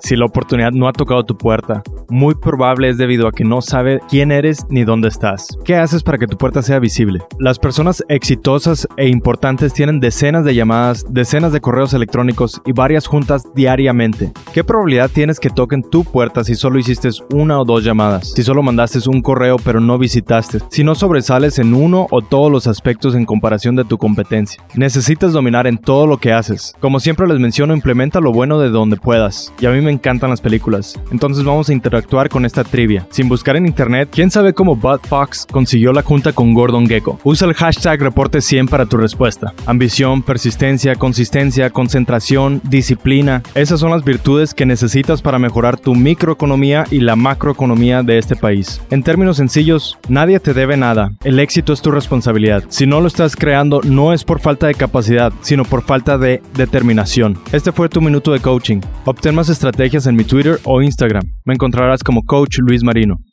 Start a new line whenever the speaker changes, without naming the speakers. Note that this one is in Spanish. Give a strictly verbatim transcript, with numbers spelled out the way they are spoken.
Si la oportunidad no ha tocado tu puerta, muy probable es debido a que no sabe quién eres ni dónde estás. ¿Qué haces para que tu puerta sea visible? Las personas exitosas e importantes tienen decenas de llamadas, decenas de correos electrónicos y varias juntas diariamente. ¿Qué probabilidad tienes que toquen tu puerta si solo hiciste una o dos llamadas? Si solo mandaste un correo pero no visitaste? Si no sobresales en uno o todos los aspectos en comparación de tu competencia. Necesitas dominar en todo lo que haces. Como siempre les menciono, implementa lo bueno de donde puedas. Y a mí me encantan las películas. Entonces vamos a interactuar con esta trivia. Sin buscar en internet, ¿quién sabe cómo Bud Fox consiguió la junta con Gordon Gekko? Usa el hashtag reporte cien para tu respuesta. Ambición, persistencia, consistencia, concentración, disciplina. Esas son las virtudes que necesitas para mejorar tu microeconomía y la macroeconomía de este país. En términos sencillos, nadie te debe nada. El éxito es tu responsabilidad. Si no lo estás creando, no es por falta de capacidad, sino por falta de determinación. Este fue tu minuto de coaching. Obtén más estrategias en mi Twitter o Instagram. Me encontrarás como Coach Luis Marino.